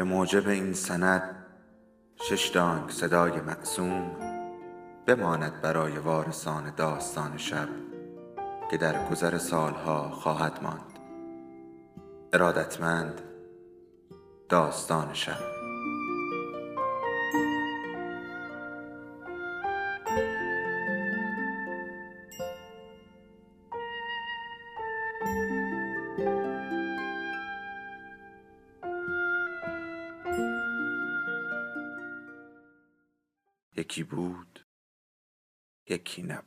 به موجب این سند 6 دانگ صدای معصوم بماند برای وارثان داستان شب که در گذر سالها خواهد ماند. ارادتمند، داستان شب. یکی بود، یکی نبود.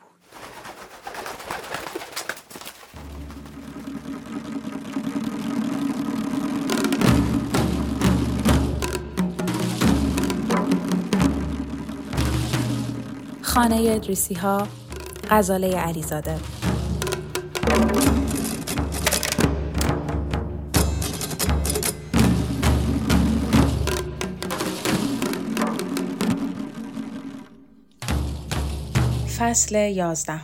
خانه ادریسی ها، غزاله علیزاده. فصل 11.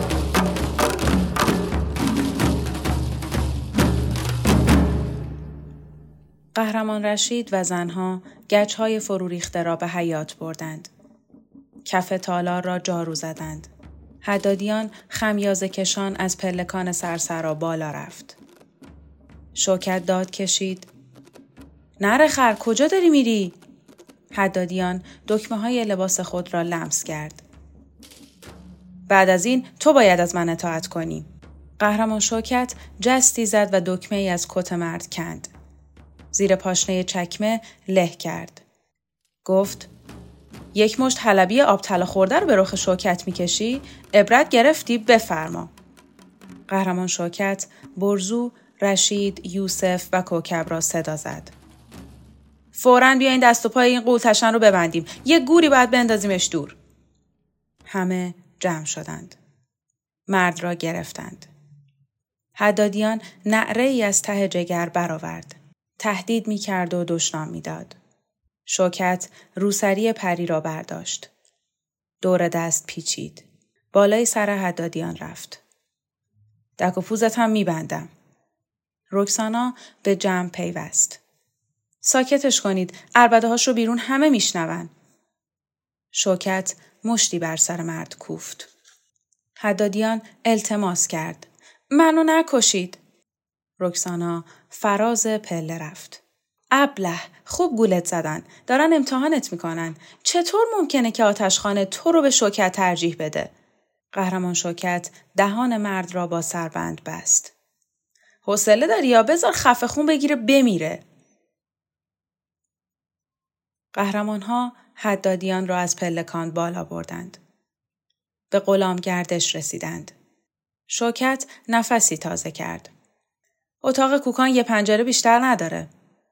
قهرمان رشید و زنها گچ‌های فرو ریخته را به حیاط بردند. کف تالار را جارو زدند. حدادیان خمیازه کشان از پلکان سرسرا بالا رفت. شوکت داد کشید. نره خر، کجا داری میری؟ حدادیان دکمه‌های لباس خود را لمس کرد. بعد از این تو باید از من اطاعت کنی. قهرمان شوکت جستی زد و دکمه‌ای از کت مرد کند. زیر پاشنه چکمه له کرد. گفت: یک مشت حلبی آب طلا خورده رو به رخ شوکت میکشی؟ عبرت گرفتی؟ بفرما. قهرمان شوکت برزو، رشید، یوسف و کوکب را صدا زد. فوراً بیاین دست و پای این قولتشن رو ببندیم. یک گوری باید بندازیمش دور. همه جمع شدند. مرد را گرفتند. حدادیان نعره ای از ته جگر برآورد. تهدید می کرد و دشنام می داد. شوکت روسری پری را برداشت. دور دست پیچید. بالای سر حدادیان رفت. دک و پوزت هم می بندم. رکسانا به جمع پیوست. ساکتش کنید. عربده هاش رو بیرون، همه می شنون. شوکت مشتی بر سر مرد کوفت. حدادیان التماس کرد. منو نکشید. رکسانا فراز پله رفت. ابله، خوب گولت زدن. دارن امتحانت میکنن. چطور ممکنه که آتشخانه تو رو به شوکت ترجیح بده؟ قهرمان شوکت دهان مرد را با سربند بست. حوصله داری یا بذار خفه خون بگیره بمیره. قهرمانها حدادیان را از پلکان بالا بردند. به غلام گردش رسیدند. شوکت نفسی تازه کرد. اتاق کوکان یه پنجره بیشتر نداره.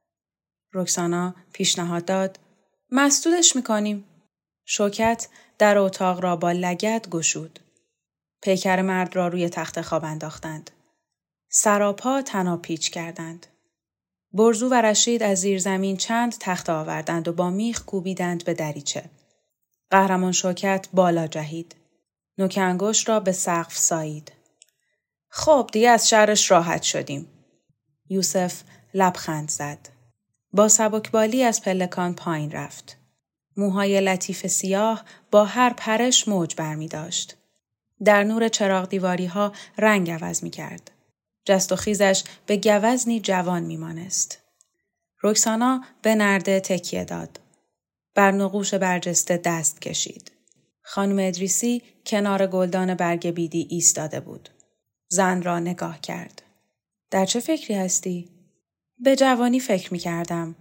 رکسانا پیشنهاد داد. مسدودش میکنیم. شوکت در اتاق را با لگد گشود. پیکر مرد را روی تخت خواب انداختند. سراپا تناپیچ کردند. برزو و رشید از زیر زمین چند تخت آوردند و با میخ کوبیدند به دریچه. قهرمان شوکت بالا جهید. نوک انگشت را به سقف سایید. خب دیگه از شرش راحت شدیم. یوسف لبخند زد. با سبکبالی از پلکان پایین رفت. موهای لطیف سیاه با هر پرش موج برمی داشت. در نور چراغ دیواری ها رنگ عوض می کرد. جست و خیزش به گوزنی جوان می مانست. رکسانا به نرده تکیه داد. بر نقوش برجسته دست کشید. خانم ادریسی کنار گلدان برگ بیدی ایستاده بود. زن را نگاه کرد. در چه فکری هستی؟ به جوانی فکر می کردم.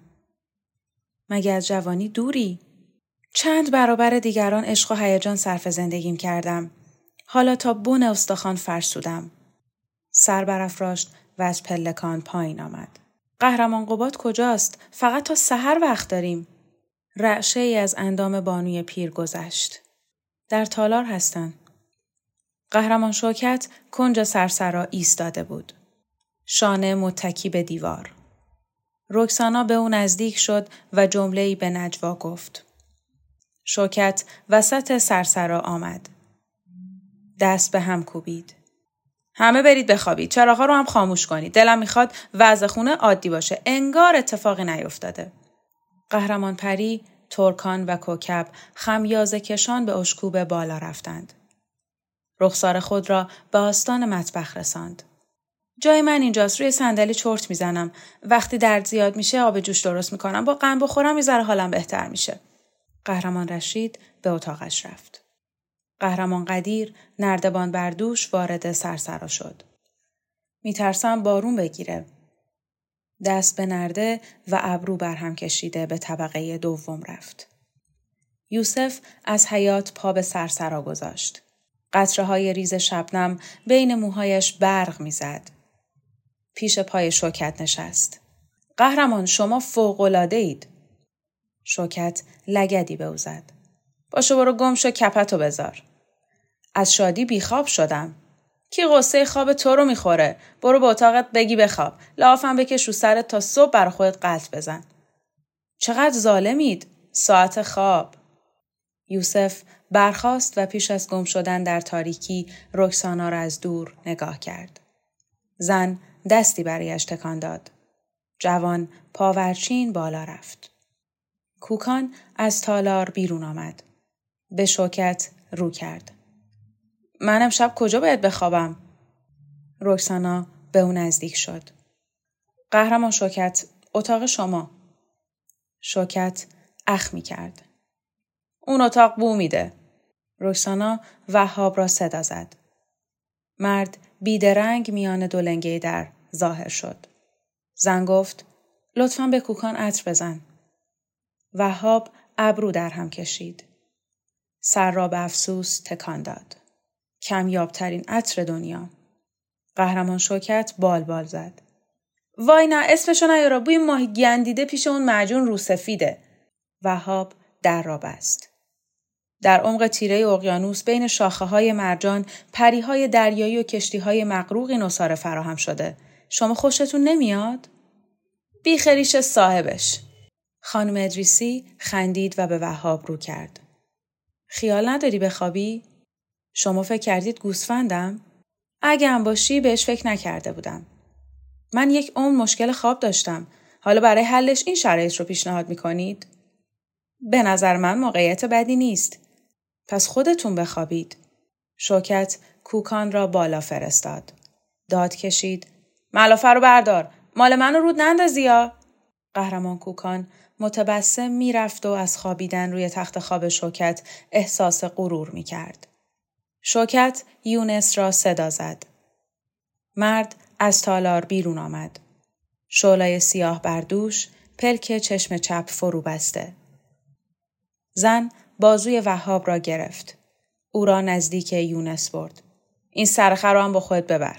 مگه از جوانی دوری؟ چند برابر دیگران عشق و هیجان صرف زندگیم کردم. حالا تا بن استخوان فرسودم. سر برافراشت و از پلکان پایین آمد. قهرمان قباد کجاست؟ فقط تا سحر وقت داریم. رعشه ای از اندام بانوی پیر گذشت. در تالار هستن. قهرمان شوکت کنج سرسرا ایستاده بود. شانه متکی به دیوار. رکسانا به او نزدیک شد و جمله‌ای به نجوا گفت. شوکت وسط سرسرا آمد. دست به هم کوبید. همه برید بخوابید. چراغا رو هم خاموش کنید. دلم میخواد وضع خونه عادی باشه. انگار اتفاقی نیفتاده. قهرمان پری، ترکان و کوکب خمیازه کشان به اشکوبه بالا رفتند. رخسار خود را به آستان مطبخ رساند. جای من اینجاست، روی صندلی چرت میزنم. وقتی درد زیاد میشه آب جوش درست میکنم. با قند بخورم یه ذره حالم بهتر میشه. قهرمان رشید به اتاقش رفت. قهرمان قدیر نردبان بر دوش وارد سرسرا شد. میترسم بارون بگیره. دست به نرده و ابرو برهم کشیده به طبقه دوم رفت. یوسف از حیاط پا به سرسرا گذاشت. قطره‌های ریز شبنم بین موهایش برق میزد. پیش پای شوکت نشست. قهرمان شما فوق‌العاده اید. شوکت لگدی به او زد. باشه برو گم شو کپتو بذار. از شادی بیخواب شدم. کی قصه خواب تو رو میخوره؟ برو به اتاقت بگی بخواب. لحافم بکش رو سرت تا صبح برا خودت غلط بزن. چقدر ظالمید. ساعت خواب. یوسف برخاست و پیش از گم شدن در تاریکی رکسانا را از دور نگاه کرد. زن دستی برایش تکان داد. جوان پاورچین بالا رفت. کوکان از تالار بیرون آمد. به شوکت رو کرد. من امشب کجا باید بخوابم؟ رکسانا به او نزدیک شد. قهرمان شوکت، اتاق شما. شوکت اخ می کرد. اون اتاق بو میده. رکسانا وهاب را صدا زد. مرد بیدرنگ میان دو لنگه در ظاهر شد. زن گفت لطفاً به کوکان عطر بزن. وهاب ابرو در هم کشید. سر را به افسوس تکان داد. کمیابترین عطر دنیا. قهرمان شوکت بال زد. وای نه اسمشو نیارا، بوی ماهی گندیده پیش اون معجون روسفیده. وهاب در را بست. در عمق تیره اقیانوس بین شاخه‌های مرجان پریهای دریایی و کشتی‌های مغروقی نصاره فراهم شده. شما خوشتون نمیاد؟ بیخریش صاحبش. خانم ادریسی خندید و به وهاب رو کرد. خیال نداری بخوابی؟ شما فکر کردید گوسفندم؟ اگه هم باشی بهش فکر نکرده بودم. من یک عمر مشکل خواب داشتم. حالا برای حلش این شرایط رو پیشنهاد میکنید؟ به نظر من موقعیت بدی نیست. پس خودتون بخوابید. شوکت کوکان را بالا فرستاد. داد کشید. ملافه رو بردار. مال منو رود نندازی یا؟ قهرمان کوکان متبسم میرفت و از خوابیدن روی تخت خواب شوکت احساس غرور میکرد. شوکت یونس را صدا زد. مرد از تالار بیرون آمد. شعله‌ی سیاه بر دوش، پلک چشم چپ فرو بسته. زن بازوی وهاب را گرفت. او را نزدیک یونس برد. این سرخر را هم با خودت ببر.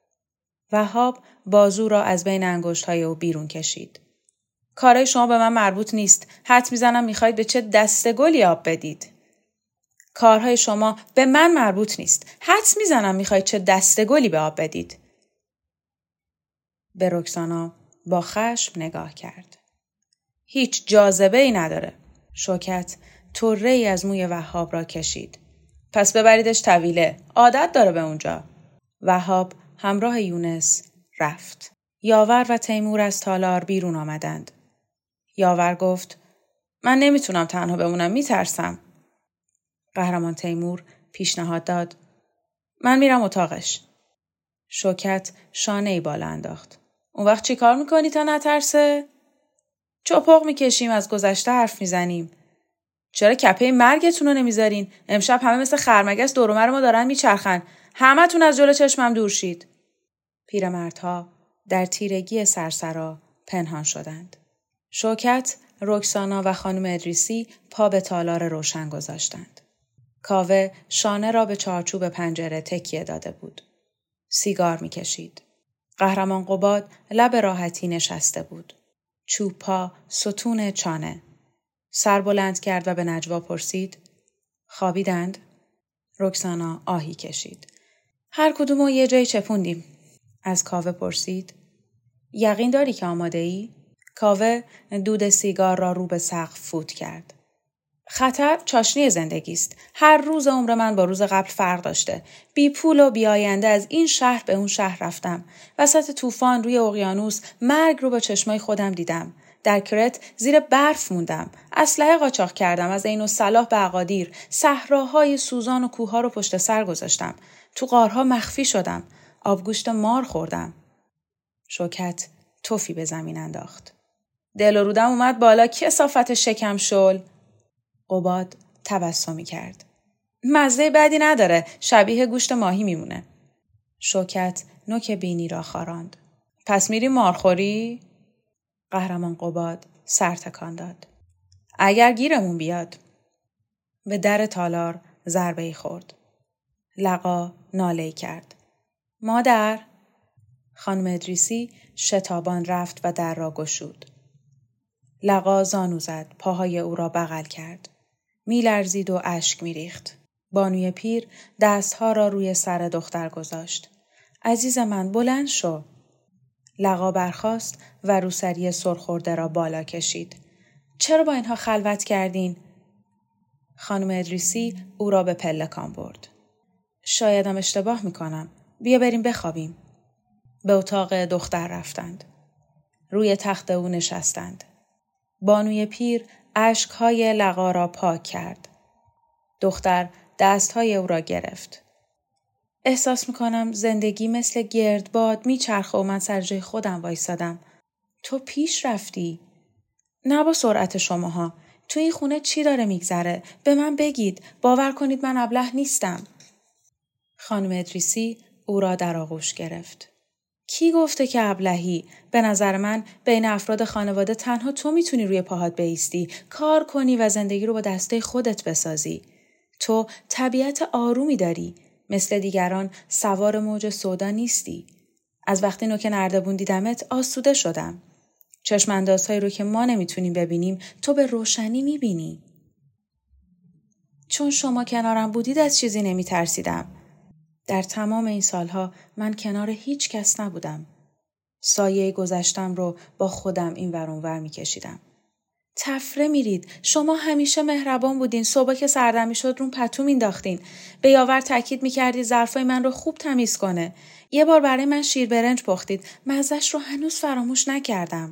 وهاب بازو را از بین انگشت‌های او بیرون کشید. کارای شما به من مربوط نیست. حد میزنم میخواید به چه دستگلی آب بدید. کارهای شما به من مربوط نیست. حدس میزنم میخواید چه دستگلی به آب بدید. به رکسانا با خشم نگاه کرد. هیچ جاذبه‌ای نداره. شوکت طره‌ای از موی وهاب را کشید. پس ببریدش طویله. عادت داره به اونجا. وهاب همراه یونس رفت. یاور و تیمور از تالار بیرون آمدند. یاور گفت من نمیتونم تنها بمونم، میترسم. قهرمان تیمور پیشنهاد داد من میرم اتاقش. شوکت شانه‌ای بالا انداخت. اون وقت چی کار میکنی تا نترسه؟ چپق میکشیم، از گذشته حرف میزنیم. چرا کپه مرگتون رو نمیذارین؟ امشب همه مثل خرمگس دور و بر ما دارن میچرخن. همه‌تون از جلو چشمم دور شید. پیرمردها در تیرگی سرسرا پنهان شدند. شوکت، رکسانا و خانم ادریسی پا به تالار روشن گذاشتند. کاوه شانه را به چارچوب پنجره تکیه داده بود. سیگار میکشید. قهرمان قباد لب راحتی نشسته بود. چوب پا ستون چانه. سر بلند کرد و به نجوا پرسید خوابیدند؟ رکسانا آهی کشید. هر کدومو یه جایی چپوندیم. از کاوه پرسید یقین داری که آماده ای؟ کاوه دود سیگار را رو به سقف فوت کرد. خطر چاشنی زندگی است. هر روز عمر من با روز قبل فرق داشته. بی پول و بی آینده از این شهر به اون شهر رفتم. وسط طوفان روی اقیانوس مرگ رو با چشمای خودم دیدم. در کرت زیر برف موندم. اسلحه قاچاق کردم. از عین الصلاح به اقادیر. صحراهای سوزان و کوهها رو پشت سر گذاشتم. تو غارها مخفی شدم. آبگوشت مار خوردم. شوکت توفی به زمین انداخت. دل و رودم اومد بالا. کثافت شکم شل. قباد تبسمی کرد. مزه بدی نداره. شبیه گوشت ماهی میمونه. شوکت نوک بینی را خاراند. پس میری مارخوری؟ قهرمان قباد سر تکان داد. اگر گیرمون بیاد. به در تالار ضربه‌ای خورد. لقا ناله‌ای کرد. مادر! خانم ادریسی شتابان رفت و در را گشود. لقا زانو زد. پاهای او را بغل کرد. می‌لرزید و اشک می‌ریخت. بانوی پیر دستها را روی سر دختر گذاشت. عزیز من بلند شو. لقا برخاست و روسری سرخورده را بالا کشید. چرا با اینها خلوت کردین؟ خانم ادریسی او را به پلکان برد. شایدم اشتباه میکنم. بیا بریم بخوابیم. به اتاق دختر رفتند. روی تخت او نشستند. بانوی پیر اشکهای لقا را پاک کرد. دختر دستهای او را گرفت. احساس میکنم زندگی مثل گردباد میچرخه و من سر جای خودم وایسادم. تو پیش رفتی. نه با سرعت شماها. تو این خونه چی داره میگذره؟ به من بگید. باور کنید من ابله نیستم. خانم ادریسی او را در آغوش گرفت. کی گفته که ابلهی؟ به نظر من بین افراد خانواده تنها تو میتونی روی پاهات بایستی، کار کنی و زندگی رو با دسته خودت بسازی. تو طبیعت آرومی داری. مثل دیگران سوار موج سودا نیستی. از وقتی نوک نردبون دیدمت آسوده شدم. چشم اندازهایی رو که ما نمیتونیم ببینیم تو به روشنی میبینی. چون شما کنارم بودید از چیزی نمیترسیدم. در تمام این سالها من کنار هیچ کس نبودم. سایه گذشتم رو با خودم این ور اون ور میکشیدم. تفره میرید. شما همیشه مهربان بودین. صبح که سردمی شد رون پتو مینداختین. به یاور تاکید میکردید ظرفای من رو خوب تمیز کنه. یه بار برای من شیر برنج پختید. مزه‌اش رو هنوز فراموش نکردم.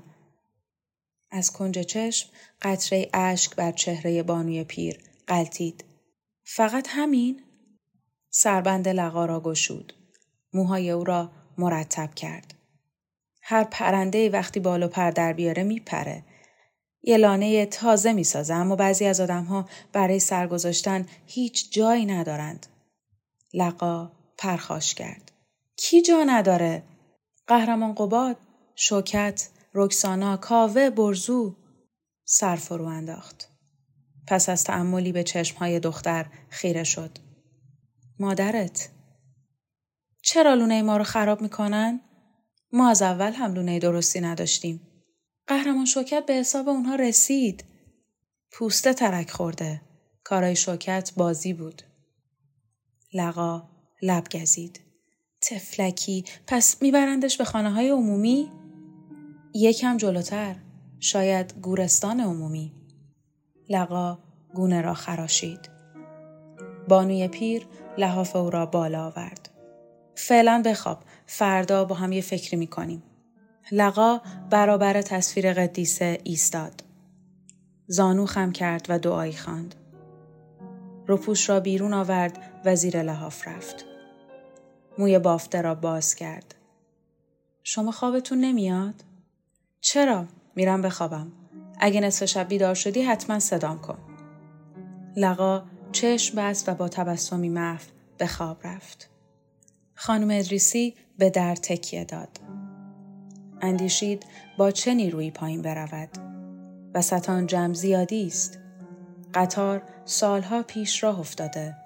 از کنج چشم قطره اشک بر چهره بانوی پیر غلتید. فقط همین؟ سربند لقا را گشود. موهای او را مرتب کرد. هر پرنده وقتی بال و پر در بیاره میپره. یه لانه تازه میسازه، اما بعضی از آدم‌ها برای سرگذاشتن هیچ جایی ندارند. لقا پرخاش کرد. کی جا نداره؟ قهرمان قباد، شوکت، رکسانا، کاوه، برزو. سر فرو انداخت. پس از تأملی به چشمهای دختر خیره شد. مادرت. چرا لونه ما رو خراب میکنن؟ ما از اول هم لونه درستی نداشتیم. قهرمان شوکت به حساب اونها رسید. پوسته ترک خورده. کارای شوکت بازی بود. لقا لب گزید. تفلکی. پس میبرندش به خانه‌های عمومی؟ یکم جلوتر. شاید گورستان عمومی. لقا گونه را خراشید. بانوی پیر لحاف او را بالا آورد. فعلا بخواب. فردا با هم یه فکری میکنیم. لقا برابر تصویر قدیسه ایستاد. زانو خم کرد و دعایی خواند. روپوش را بیرون آورد و زیر لحاف رفت. موی بافته را باز کرد. شما خوابتون نمیاد؟ چرا؟ میرم بخوابم. اگه نصف شب بیدار شدی حتما صدام کن. لقا چشم بست و با تبسمی محو به خواب رفت. خانم ادریسی به در تکیه داد. اندیشید با چه نیرویی پایین برود. وسط آن جمع زیادی است. قطار سالها پیش راه افتاده.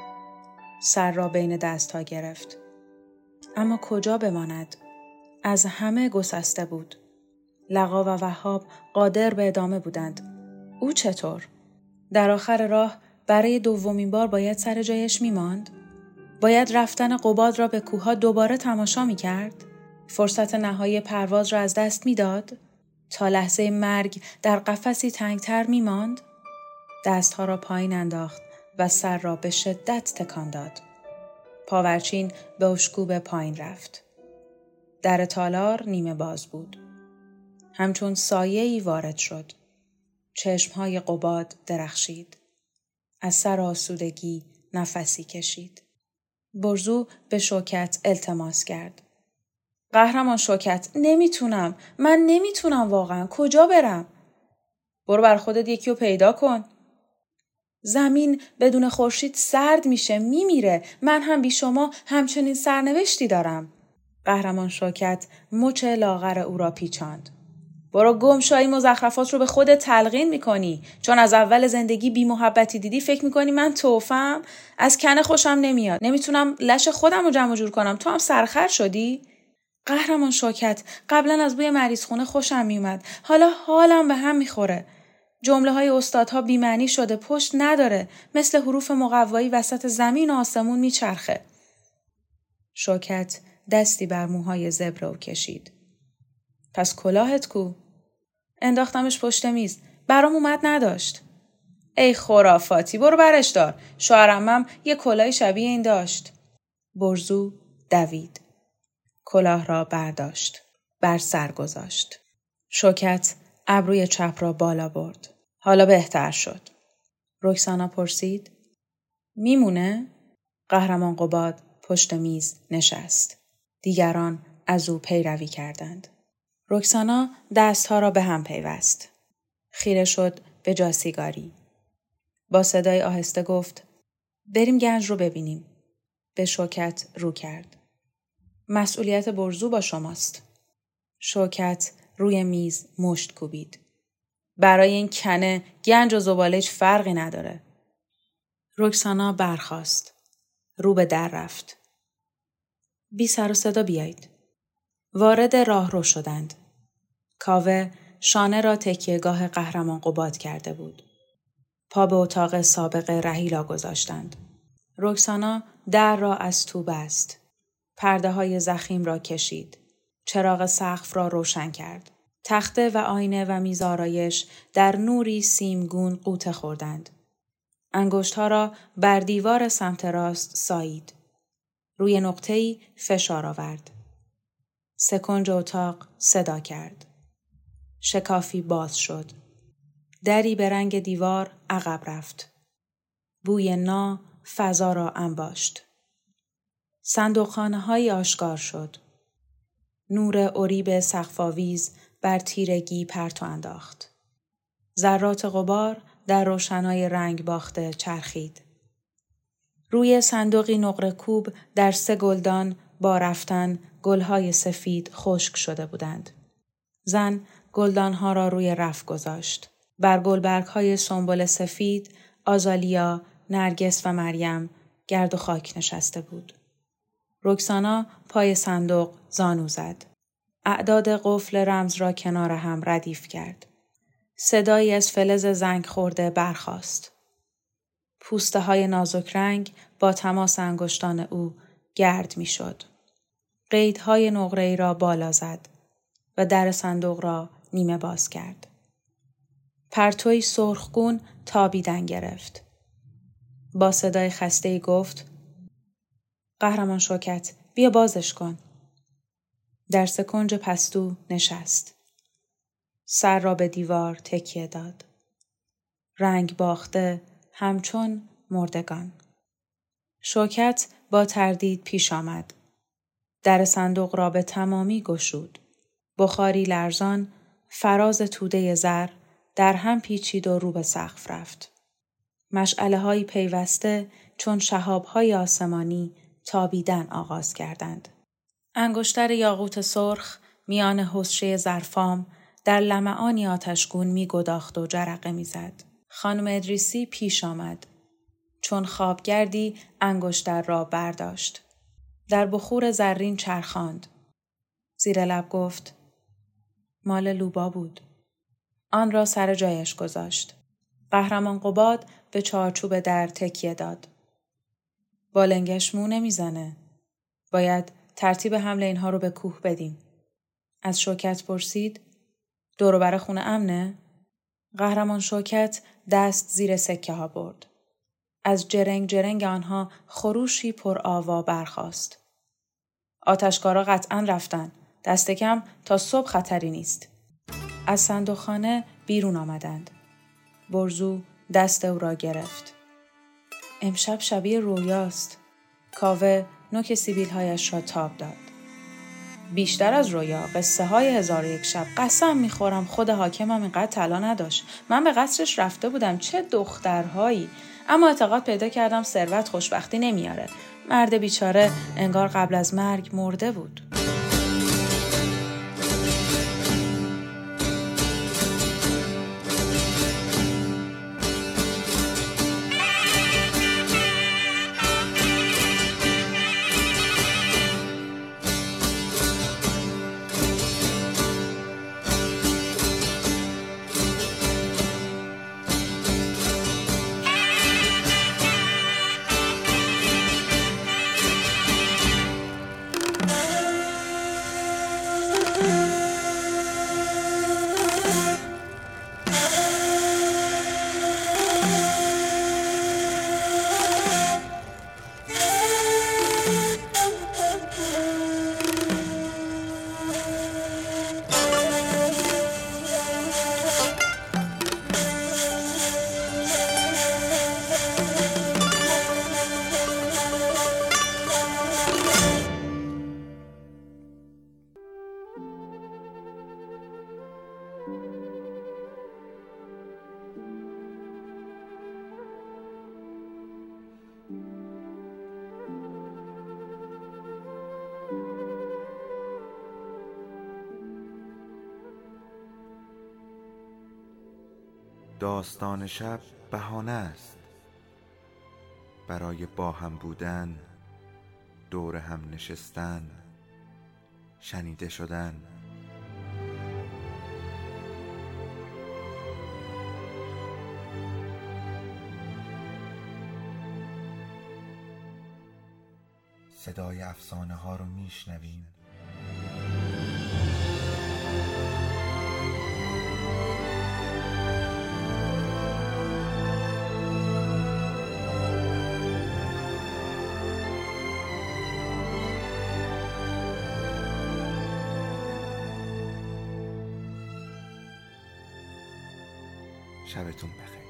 سر را بین دستها گرفت. اما کجا بماند؟ از همه گسسته بود. لقا و وهاب قادر به ادامه بودند. او چطور؟ در آخر راه برای دومین بار باید سر جایش میماند؟ باید رفتن قباد را به کوه‌ها دوباره تماشا میکرد؟ فرصت نهایی پرواز را از دست میداد؟ تا لحظه مرگ در قفسی تنگتر میماند؟ دستها را پایین انداخت و سر را به شدت تکان داد. پاورچین به اشکوب پایین رفت. در تالار نیمه باز بود. همچون سایه‌ای وارد شد. چشمهای قباد درخشید. از سر آسودگی نفسی کشید. برزو به شوکت التماس کرد. قهرمان شوکت، من نمیتونم واقعا. کجا برم؟ برو بر خودت یکی رو پیدا کن. زمین بدون خورشید سرد میشه، میمیره. من هم بی شما همچنین سرنوشتی دارم. قهرمان شوکت مچ لاغر او را پیچاند. برو گم شو، مزخرفات رو به خودت تلقین میکنی. چون از اول زندگی بی محبتی دیدی فکر میکنی من توفم؟ از کنه خوشم نمیاد. نمیتونم لش خودم رو جمع جور کنم. تو هم سرخر شدی؟ قهرمان شوکت، قبلا از بوی مریض خونه خوشم میومد. حالا حالم به هم میخوره. جمله های استادها بی‌معنی شده، پشت نداره. مثل حروف مقوایی وسط زمین و آسمون میچرخه. شوکت دستی بر موهای زبر او کشید. پس کلاهت کو؟ انداختمش پشت میز. برام اومد نداشت. ای خرافاتی، برو برش دار. شوهرعمم یه کلاه شبیه این داشت. برزو دوید. کلاه را برداشت. بر سر گذاشت. شوکت ابروی چپ را بالا برد. حالا بهتر شد. رکسانا پرسید. میمونه؟ قهرمان قباد پشت میز نشست. دیگران از او پیروی کردند. رکسانا دستها را به هم پیوست. خیره شد به جاسیگاری. با صدای آهسته گفت بریم گنج رو ببینیم. به شوکت رو کرد. مسئولیت برزو با شماست. شوکت روی میز مشت کوبید. برای این کنه گنج و زباله هیچ فرقی نداره. رکسانا برخاست. رو به در رفت. بی سر و صدا بیایید. وارد راهرو شدند. کاوه شانه را تکیهگاه قهرمان قباد کرده بود. پا به اتاق سابق رهیلا گذاشتند. رکسانا در را از تو بست. پرده های ضخیم را کشید. چراغ سقف را روشن کرد. تخته و آینه و میز آرایش در نوری سیمگون غوطه خوردند. انگشت‌ها را بر دیوار سمت راست سایید. روی نقطه‌ای فشار آورد. سکنج اتاق صدا کرد. شکافی باز شد. دری به رنگ دیوار عقب رفت. بوی نا فضا را انباشت. صندوقخانه‌هایی آشکار شد. نور اریب سقف‌آویز بر تیرگی پرتو انداخت. ذرات غبار در روشنای رنگ باخته چرخید. روی صندوقی نقره کوب در 3 گلدان با رفتن گلهای سفید خشک شده بودند. زن گلدانها را روی رف گذاشت. بر گلبرگ‌های سنبل سفید، آزالیا، نرگس و مریم گرد و خاک نشسته بود. رکسانا پای صندوق زانو زد. اعداد قفل رمز را کنار هم ردیف کرد. صدایی از فلز زنگ خورده برخاست. پوسته های نازک رنگ با تماس انگشتان او گرد می شد. قیدهای نقره‌ای را بالا زد و در صندوق را نیمه باز کرد. پرتوی سرخگون تابیدن گرفت. با صدای خسته‌ای گفت قهرمان شوکت، بیا بازش کن. در سکنج پستو نشست. سر را به دیوار تکیه داد. رنگ باخته همچون مردگان. شوکت با تردید پیش آمد. در صندوق را به تمامی گشود. بخاری لرزان فراز توده زر در هم پیچید و رو به سقف رفت. مشعله‌های پیوسته چون شهاب‌های آسمانی تابیدن آغاز کردند. انگشتر یاقوت سرخ میان حصشه ظرفام در لمعانی آتشگون می‌گداخت و جرقه می‌زد. خانم ادریسی پیش آمد. چون خوابگردی انگشتر را برداشت. در بخور زرین چرخاند. زیر لب گفت مال لوبا بود. آن را سر جایش گذاشت. قهرمان قباد به چارچوب در تکیه داد. با لنگش مو نمیزنه. باید ترتیب حمل اینها رو به کوه بدیم. از شوکت پرسید دور و بر خونه امنه؟ قهرمان شوکت دست زیر سکه ها برد. از جرنگ جرنگ آنها خروشی پر آوا برخاست. آتشکارا قطعاً رفتن. دست کم تا صبح خطری نیست. از صندوقخانه بیرون آمدند. برزو دست او را گرفت. امشب شبیه رویاست. کاوه نوک سیبیل‌هایش را تاب داد. بیشتر از رویا، قصه های 1001 شب. قسم میخورم خود حاکمم اینقدر طلا نداشت. من به قصرش رفته بودم، چه دخترهایی. اما اعتقاد پیدا کردم ثروت خوشبختی نمیاره. مرد بیچاره انگار قبل از مرگ مرده بود. داستان شب بهانه است برای با هم بودن، دور هم نشستن، شنیده شدن. صدای افسانه ها رو میشنویم. شبتون بخیر.